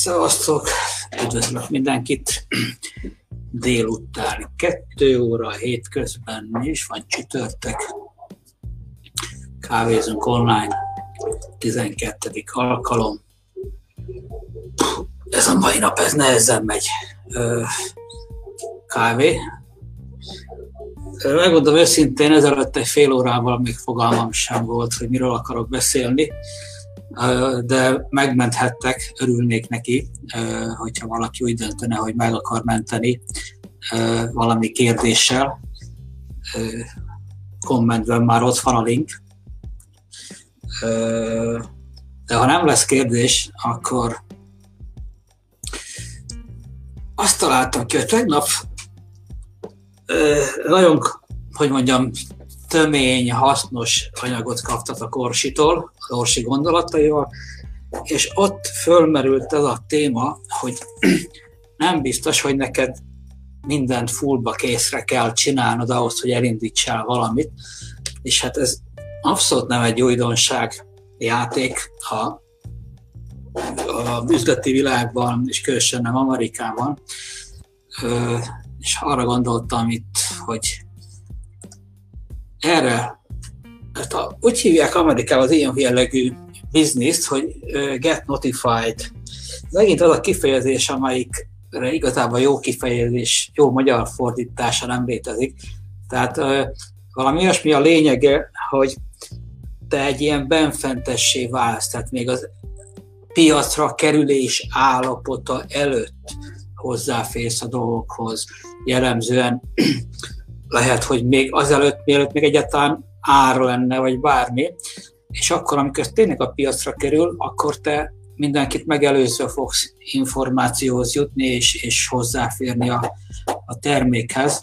Szevasztok! Üdvözlök mindenkit! Délután 2 óra, hétközben is van csütörtök. Kávézunk online, 12. alkalom. Ez a mai nap, ez nehezen megy. Kávé. Megmondom őszintén, ezelőtt egy fél órával még fogalmam sem volt, hogy miről akarok beszélni, de megmenthettek, örülnék neki, hogyha valaki úgy döntene, hogy meg akar menteni valami kérdéssel. Kommentben már ott van a link. De ha nem lesz kérdés, akkor azt találtam ki, hogy tegnap nagyon, hogy mondjam, tömény, hasznos anyagot kaptat a Korsitól, a Korsi gondolataival, és ott fölmerült ez a téma, hogy nem biztos, hogy neked mindent fullba készre kell csinálnod ahhoz, hogy elindítsál valamit, és hát ez abszolút nem egy újdonság játék a üzleti világban, és különösen nem Amerikában. És arra gondoltam itt, hogy erre, úgy hívják Amerikában az ilyen jellegű bizniszt, hogy get notified. Megint az a kifejezés, amelyikre igazából jó kifejezés, jó magyar fordítása nem létezik. Tehát valami olyasmi a lényege, hogy te egy ilyen benfentessé válsz, tehát még az piacra kerülés állapota előtt hozzáférsz a dolgokhoz. Jellemzően lehet, hogy még azelőtt, mielőtt még egyáltalán ár lenne, vagy bármi, és akkor, amikor tényleg a piacra kerül, akkor te mindenkit megelőzve fogsz információhoz jutni, és hozzáférni a termékhez.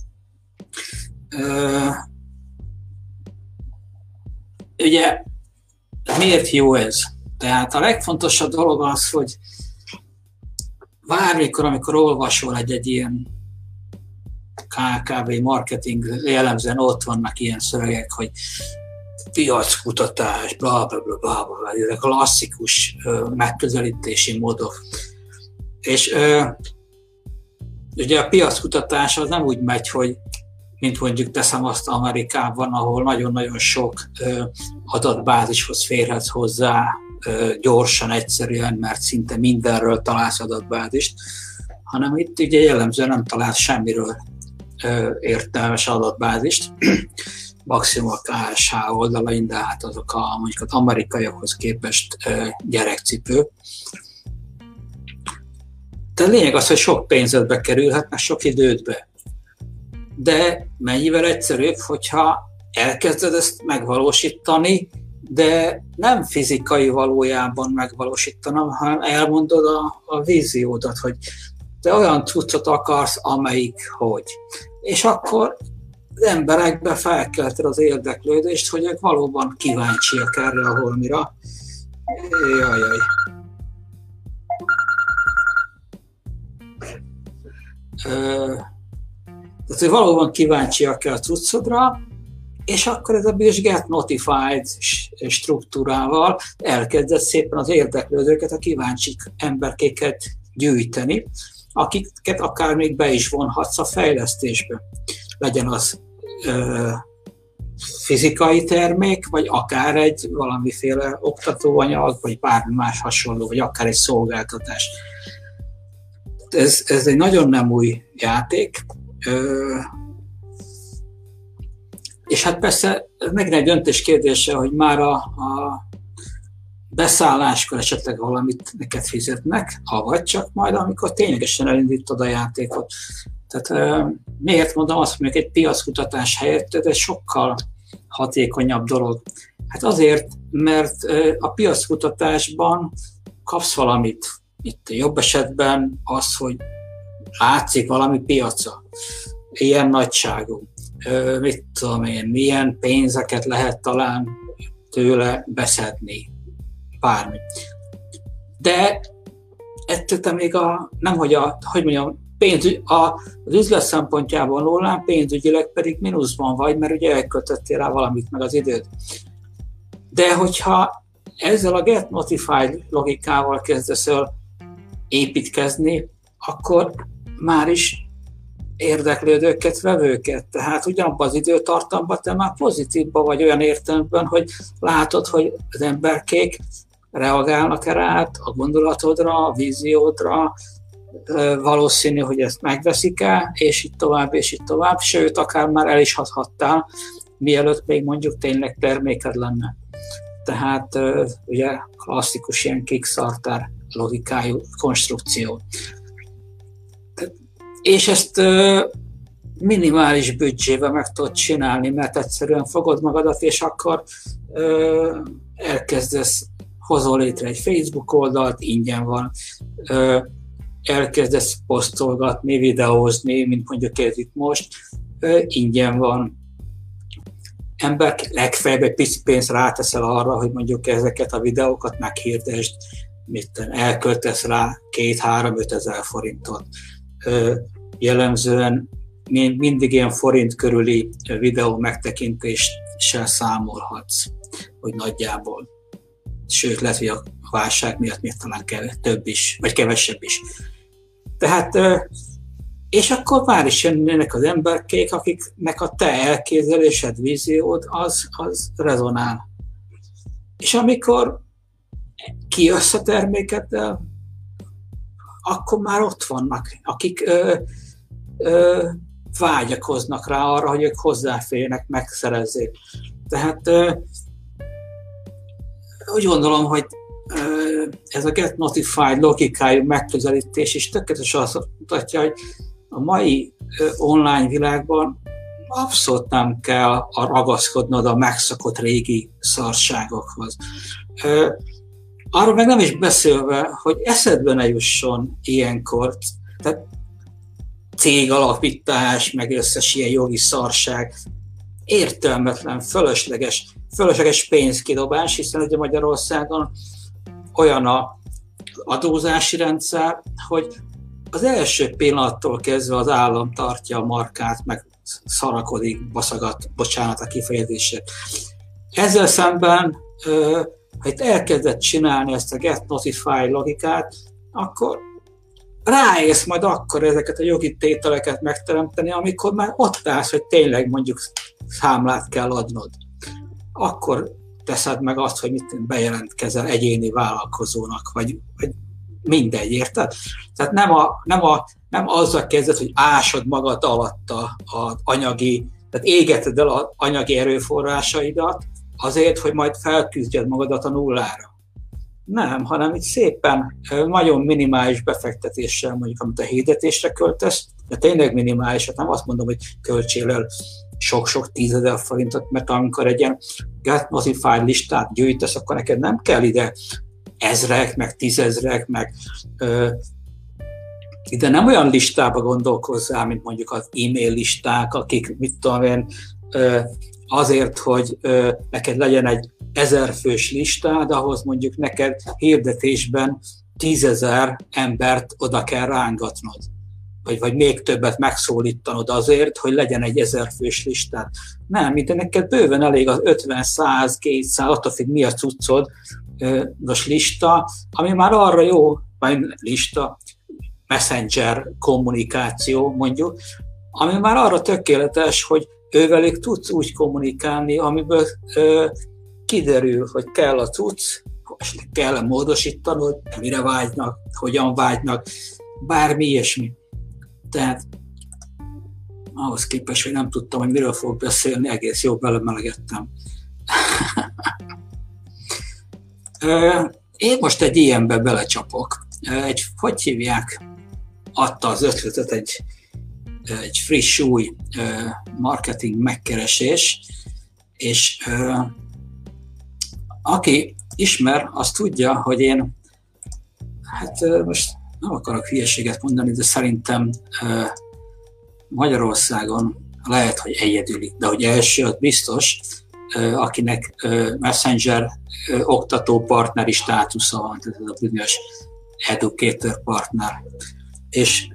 Ugye, miért jó ez? Tehát a legfontosabb dolog az, hogy bármikor, amikor olvasol egy ilyen KKV marketing, jellemzően ott vannak ilyen szövegek, hogy piackutatás, bla bla bla bla bla, ezek klasszikus megközelítési módok. És ugye a piackutatás az nem úgy megy, hogy mint mondjuk teszem azt Amerikában, ahol nagyon-nagyon sok adatbázishoz férhetsz hozzá gyorsan, egyszerűen, mert szinte mindenről találsz adatbázist, hanem itt ugye jellemzően nem találsz semmiről értelmes adatbázist, maximum a KSH oldalain, de hát azok mondjuk az amerikaiakhoz képest gyerekcipő. De a lényeg az, hogy sok pénzedbe kerülhet, meg sok idődbe. De mennyivel egyszerűbb, hogyha elkezded ezt megvalósítani, de nem fizikai valójában megvalósítanom, hanem elmondod a víziódat, hogy te olyan cuccot akarsz, amelyik hogy. És akkor az emberekbe felkelted az érdeklődést, hogy ők valóban kíváncsiak erre a holmira. Jajjaj. Tehát, hogy valóban kíváncsiak a cuccodra, és akkor ez a bizonyos get notified struktúrával elkezdett szépen az érdeklődőket, a kíváncsi emberkéket gyűjteni, akiket akár még be is vonhatsz a fejlesztésbe. Legyen az fizikai termék, vagy akár egy valamiféle oktatóanyag, vagy bármi más hasonló, vagy akár egy szolgáltatás. Ez egy nagyon nem új játék, és hát persze ez megint egy döntés kérdése, hogy már a beszálláskor esetleg valamit neked fizetnek, avagy csak majd, amikor ténylegesen elindítod a játékot. Tehát miért mondom azt, hogy mondjuk egy piackutatás helyett ez egy sokkal hatékonyabb dolog? Hát azért, mert a piackutatásban kapsz valamit. Itt jobb esetben az, hogy látszik valami piaca, ilyen nagyságú, mit tudom én, milyen pénzeket lehet talán tőle beszedni, bármi. De ettől te még az üzlet szempontjából nullán, pénzügyileg pedig mínuszban vagy, mert ugye elköltöttél rá valamit, meg az időt. De hogyha ezzel a get notified logikával kezdesz el építkezni, akkor már is érdeklődőket, vevőket. Tehát ugyanabban az időtartamban te már pozitívban vagy olyan értelemben, hogy látod, hogy az emberkék reagálnak-e rád, a gondolatodra, a víziódra, valószínű, hogy ezt megveszik el, és így tovább, és így tovább, sőt, akár már el is hathattál, mielőtt még mondjuk tényleg terméked lenne. Tehát ugye klasszikus ilyen Kickstarter logikájú konstrukció. És ezt minimális büdzsével meg tudod csinálni, mert egyszerűen fogod magadat, és akkor hozol létre egy Facebook oldalt, ingyen van, elkezdesz posztolgatni, videózni, mint mondjuk ez itt most, ingyen van. Ember legfeljebb egy pici pénzt ráteszel arra, hogy mondjuk ezeket a videókat meghirdesd, elköltesz rá 2-3-5 ezer forintot. Jellemzően mindig ilyen forint körüli videó megtekintéssel számolhatsz, hogy nagyjából. Sőt, lehet, hogy a válság miatt még talán több is, vagy kevesebb is. Tehát, és akkor már is jönnek az emberkék, akiknek a te elképzelésed, víziód, az rezonál. És amikor kijössz a termékeddel, akkor már ott vannak, akik vágyakoznak rá arra, hogy ők hozzáférjenek, megszerezzék. Tehát úgy gondolom, hogy ez a Get Notified logikájú megközelítés is tökéletesen azt mutatja, hogy a mai online világban abszolút nem kell ragaszkodnod a megszokott régi szarságokhoz. Arról meg nem is beszélve, hogy eszedbe ne jusson ilyenkor, tehát cégalapítás, meg összes ilyen jogi szarság, értelmetlen, fölösleges pénzkidobás, hiszen ugye Magyarországon olyan az adózási rendszer, hogy az első pillanattól kezdve az állam tartja a markát, meg szarakodik, baszagat, bocsánat a kifejezését. Ezzel szemben, ha itt elkezdett csinálni ezt a Get Notified logikát, akkor ráérsz majd akkor ezeket a jogi tételeket megteremteni, amikor már ott állsz, hogy tényleg mondjuk számlát kell adnod. Akkor teszed meg azt, hogy mit bejelentkezel egyéni vállalkozónak, vagy mindegy, érted? Tehát nem azzal kezded, hogy ásod magad alatt az anyagi, tehát égeted el az anyagi erőforrásaidat azért, hogy majd felküzdjed magadat a nullára. Nem, hanem itt szépen nagyon minimális befektetéssel, mondjuk amit a hirdetésre költesz, de tényleg minimális, hát nem azt mondom, hogy költsél el sok-sok 10 000 forintot, mert amikor egy ilyen Get Notified listát gyűjtesz, akkor neked nem kell ide ezrek, meg 10 000, meg ide nem olyan listába gondolkozzál, mint mondjuk az e-mail listák, akik, mit tudom én, azért, hogy neked legyen egy 1000 fős listád, ahhoz mondjuk neked hirdetésben 10 000 embert oda kell rángatnod. Vagy még többet megszólítanod azért, hogy legyen egy 1000 fős listát. Nem, mint neked bőven elég az 50, 100, 200, attól függ mi a cuccod, lista, ami már arra jó, vagy lista, messenger kommunikáció mondjuk, ami már arra tökéletes, hogy ővelük tudsz úgy kommunikálni, amiből kiderül, hogy kell a cucc, kell módosítanod, mire vágynak, hogyan vágynak, bármi ilyesmi. Tehát ahhoz képest, hogy nem tudtam, hogy miről fogok beszélni, egész jól belemelegettem. Én most egy ilyenbe belecsapok. Hogy hívják? Adta az ötletet egy friss, új marketing megkeresés, és aki ismer, az tudja, hogy én, hát most nem akarok hülyeséget mondani, de szerintem Magyarországon lehet, hogy egyedüli, de hogy első, az biztos, akinek Messenger oktató partneri státusza van, tehát ez a bizonyos educator partner. És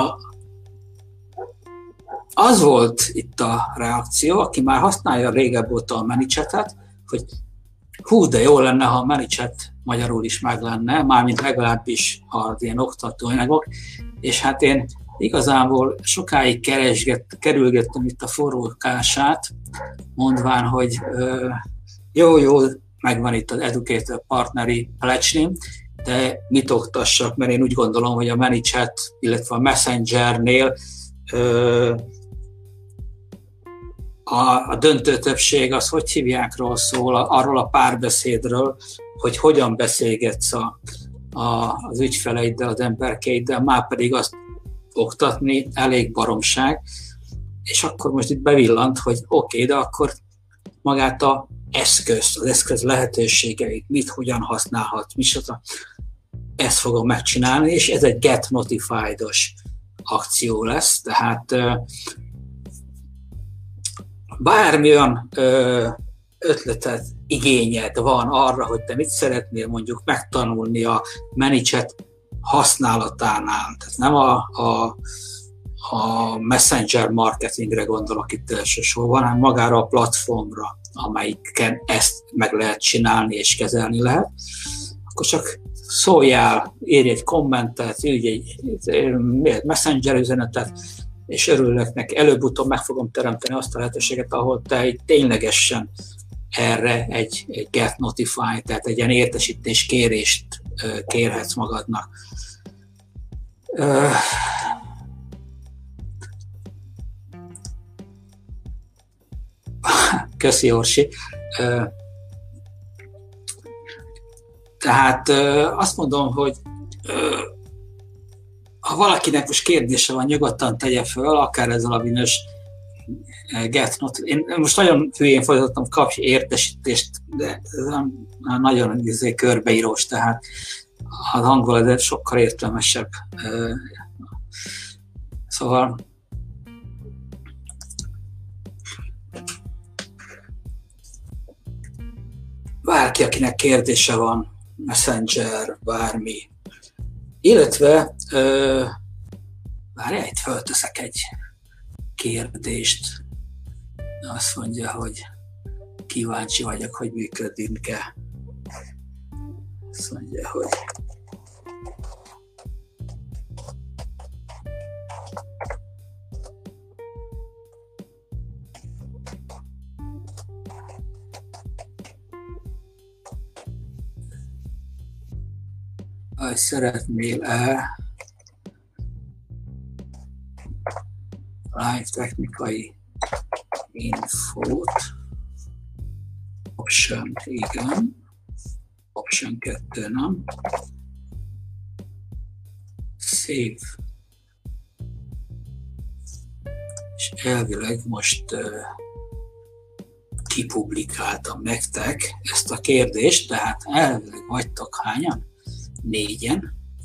az volt itt a reakció, aki már használja régebb óta a ManyChat-et, hogy Hú, de jó lenne, ha a ManyChat magyarul is meg lenne, mármint legalábbis az ilyen oktatóanyagok, és hát én igazából sokáig kerülgettem itt a forrókását, mondván, hogy jó, megvan itt az Educator Partneri Pledge, de mit oktassak, mert én úgy gondolom, hogy a ManyChat, illetve a Messengernél a döntő többség az, hogy hívjákról szól, arról a párbeszédről, hogy hogyan beszélgetsz az ügyfeleiddel, az emberkeiddel, már pedig azt oktatni elég baromság, és akkor most itt bevillant, hogy oké, de akkor magát az eszköz lehetőségeit, mit, hogyan használhat, micsoda, ezt fogom megcsinálni, és ez egy Get Notified-os akció lesz, tehát bármi olyan ötletet, igényed van arra, hogy te mit szeretnél mondjuk megtanulni a ManyChat használatánál. Tehát nem a Messenger marketingre gondolok itt elsősorban, hanem magára a platformra, amelyiken ezt meg lehet csinálni és kezelni lehet. Akkor csak szóljál, írj egy kommentet, írj egy Messenger üzenetet, és örülök neki. Előbb-utóbb meg fogom teremteni azt a lehetőséget, ahol te ténylegesen erre egy Get Notified, tehát egy ilyen értesítés kérést kérhetsz magadnak. Köszi, Orsi. Tehát azt mondom, hogy ha valakinek most kérdése van, nyugodtan tegye föl, akár ezzel a bizonyos Get Notified. Én most nagyon hülyén folytattam, kapj értesítést, de ez nagyon körbeírós, tehát az angol ez sokkal értelmesebb. Szóval bárki, akinek kérdése van, Messenger, bármi, illetve várjál, itt fölteszek egy kérdést. Azt mondja, hogy kíváncsi vagyok, hogy működik-e. Azt mondja, hogy szeretnél-e live technikai infót? Option, igen. Option 2 nem. Save. És elvileg most kipublikáltam nektek ezt a kérdést, tehát elvileg vagytok hányan? 4-en.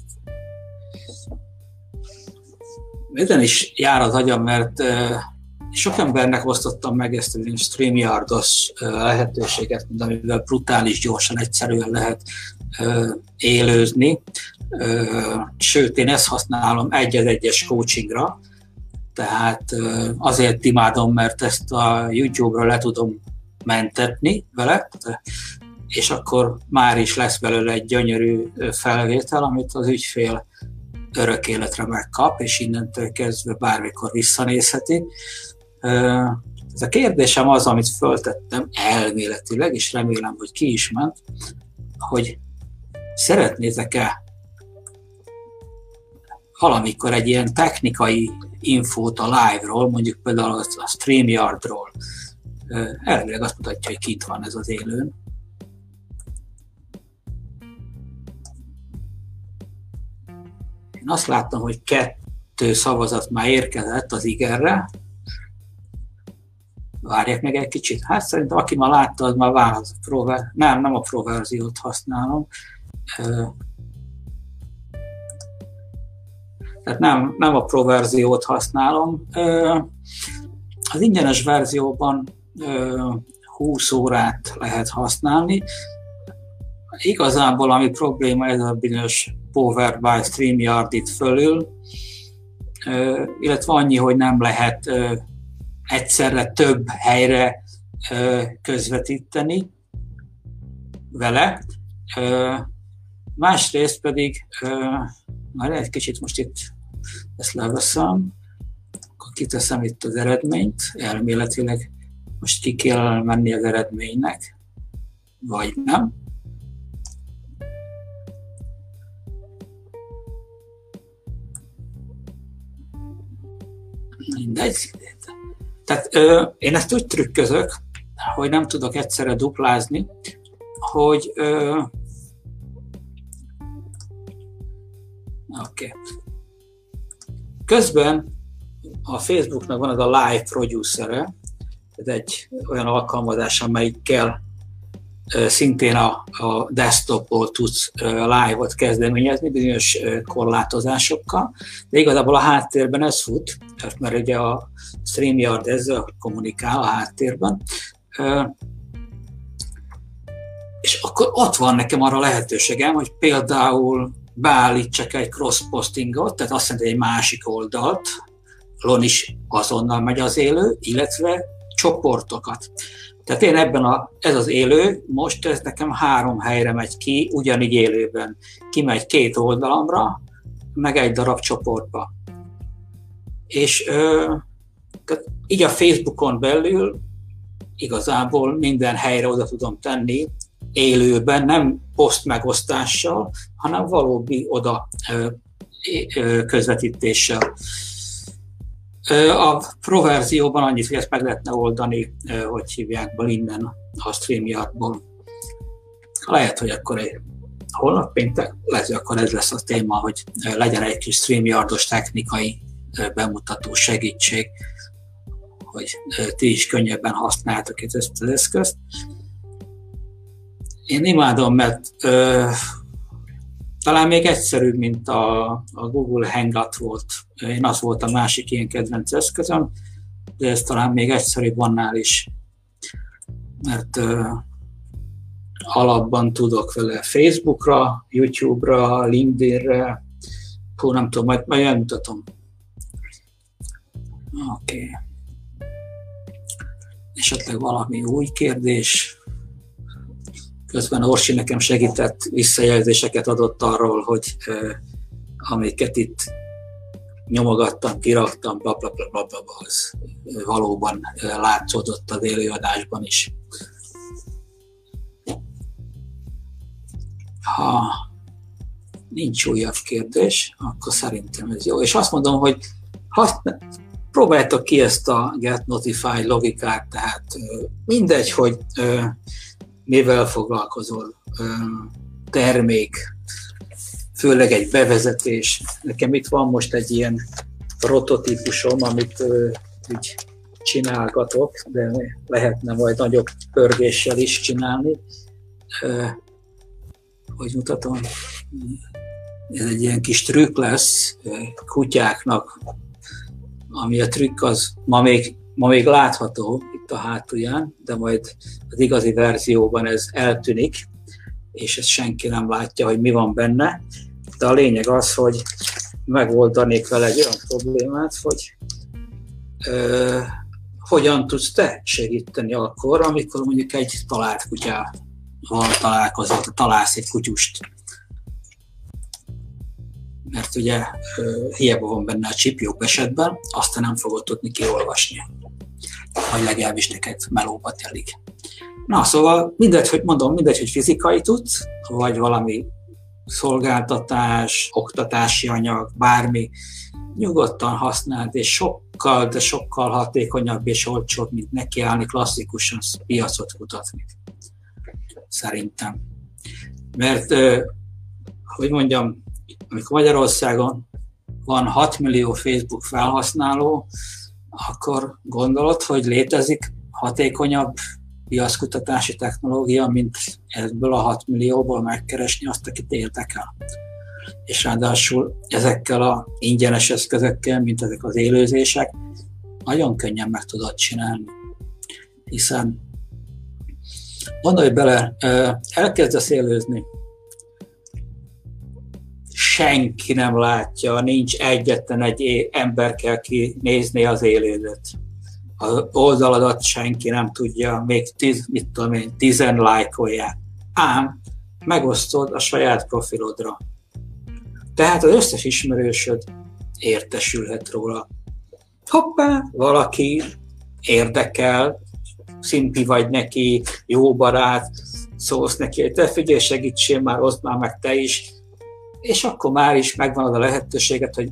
Ezen is jár az agyam, mert sok embernek osztottam meg ezt a StreamYard-os lehetőséget, amivel brutális gyorsan, egyszerűen lehet élőzni. Sőt, én ezt használom egy-egyes coachingra, tehát azért imádom, mert ezt a YouTube-ra le tudom mentetni vele, és akkor már is lesz belőle egy gyönyörű felvétel, amit az ügyfél örök életre megkap, és innentől kezdve bármikor visszanézheti. Ez a kérdésem az, amit föltettem elméletileg, és remélem, hogy ki is ment, hogy szeretnétek-e valamikor egy ilyen technikai infót a live-ról, mondjuk például a StreamYard-ról. Elvileg azt mutatja, hogy kint van ez az élőn. Én azt láttam, hogy 2 szavazat már érkezett az igenre. Várják meg egy kicsit. Hát szerintem aki már látta, az már válasz. Nem a Pro verziót használom. Tehát nem a Pro verziót használom. Az ingyenes verzióban 20 órát lehet használni. Igazából ami probléma, ez a bizonyos Powered by StreamYard itt fölül, illetve annyi, hogy nem lehet egyszerre több helyre közvetíteni. vele. Másrészt pedig, már egy kicsit most itt ezt leveszem, akkor kiteszem itt az eredményt, elméletileg most ki kell menni az eredménynek, vagy nem. Mindegy. Tehát én ezt úgy trükközök, hogy nem tudok egyszerre duplázni, hogy közben a Facebooknak van az a Live Producer-e, ez egy olyan alkalmazás, amelyikkel szintén a desktopból tudsz live-ot kezdeményezni bizonyos korlátozásokkal, de igazából a háttérben ez fut, mert ugye a StreamYard ezzel kommunikál a háttérben, és akkor ott van nekem arra lehetőségem, hogy például beállítsak egy cross-postingot, tehát azt jelenti, hogy egy másik oldalt, is azonnal megy az élő, illetve csoportokat. Tehát én ez az élő, most ez nekem 3 helyre megy ki, ugyanígy élőben. Kimegy 2 oldalamra, meg egy darab csoportba. És így a Facebookon belül igazából minden helyre oda tudom tenni, élőben, nem poszt megosztással, hanem valóbi oda közvetítéssel. A Pro verzióban annyit, hogy ezt meg lehetne oldani, hogy hívják be innen a StreamYardból. Lehet, hogy akkor holnap péntek, lehet, hogy akkor ez lesz a téma, hogy legyen egy kis StreamYardos technikai bemutató segítség, hogy ti is könnyebben használjátok ezt az eszközt. Én imádom, mert talán még egyszerűbb, mint a Google Hangout volt. Én az volt a másik ilyen kedvenc eszközöm, de ez talán még egyszerűbb annál is, mert alapban tudok vele Facebookra, YouTube-ra, LinkedIn-re, nem tudom, majd elmutatom. Oké. Esetleg valami új kérdés. Közben Orsi nekem segített, visszajelzéseket adott arról, hogy amiket itt nyomogattam, kiraktam, blablabla, az valóban látszódott az élőadásban is. Ha nincs újabb kérdés, akkor szerintem ez jó. És azt mondom, hogy próbáljátok ki ezt a Get Notified logikát, tehát mindegy, hogy mivel foglalkozol, termék, főleg egy bevezetés. Nekem itt van most egy ilyen prototípusom, amit úgy csinálgatok, de lehetne majd nagyobb pörgéssel is csinálni. Hogy mutatom? Ez egy ilyen kis trükk lesz kutyáknak, ami a trükk az ma még látható itt a hátulján, de majd az igazi verzióban ez eltűnik, és ezt senki nem látja, hogy mi van benne. De a lényeg az, hogy megoldanék vele egy olyan problémát, hogy hogyan tudsz te segíteni akkor, amikor mondjuk egy talált kutyával találkozol, találsz egy kutyust. Mert ugye hiába van benne a chip jobb esetben, aztán nem fogod tudni kiolvasni, vagy legalábbis neked melóba telik. Na, szóval mindegy, hogy fizikai tudsz, vagy valami szolgáltatás, oktatási anyag, bármi, nyugodtan használd, és sokkal, de sokkal hatékonyabb és olcsóbb, mint nekiállni klasszikusan piacot kutatni. Szerintem. Mert, hogy mondjam, amikor Magyarországon van 6 millió Facebook felhasználó, akkor gondolod, hogy létezik hatékonyabb piackutatási technológia, mint ebből a 6 millióból megkeresni azt, akit érdekel. És ráadásul ezekkel az ingyenes eszközökkel, mint ezek az élőzések, nagyon könnyen meg tudod csinálni. Hiszen gondolj bele, elkezdesz élőzni, senki nem látja, nincs egyetlen egy ember kell kinézni az élődet. Az oldaladat senki nem tudja, még 10 lájkolják. ám megosztod a saját profilodra. Tehát az összes ismerősöd értesülhet róla. Hoppá, valaki érdekel, szimpi vagy neki, jó barát, szólsz neki, hogy te figyelj, segítsél már, oszd már meg te is, és akkor már is megvan az a lehetőséget, hogy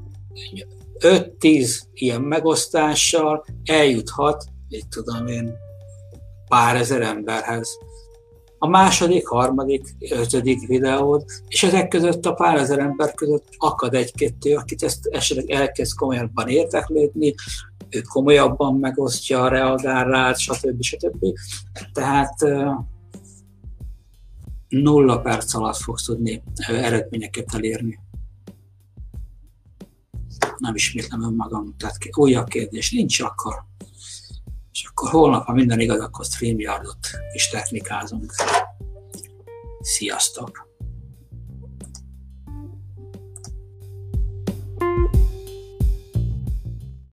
5-10 ilyen megosztással eljuthat, így tudom én, pár ezer emberhez. A második, harmadik, 5. videód, és ezek között a pár ezer ember között akad egy-kettő, akit ezt esetleg elkezd komolyabban érdeklődni, ő komolyabban megosztja, reagál rá, stb. Tehát 0 perc alatt fogsz tudni eredményeket elérni. Nem ismétlem önmagam, tehát újabb kérdés nincs akkor. És akkor holnap, ha minden igaz, akkor StreamYardot is technikázunk. Sziasztok!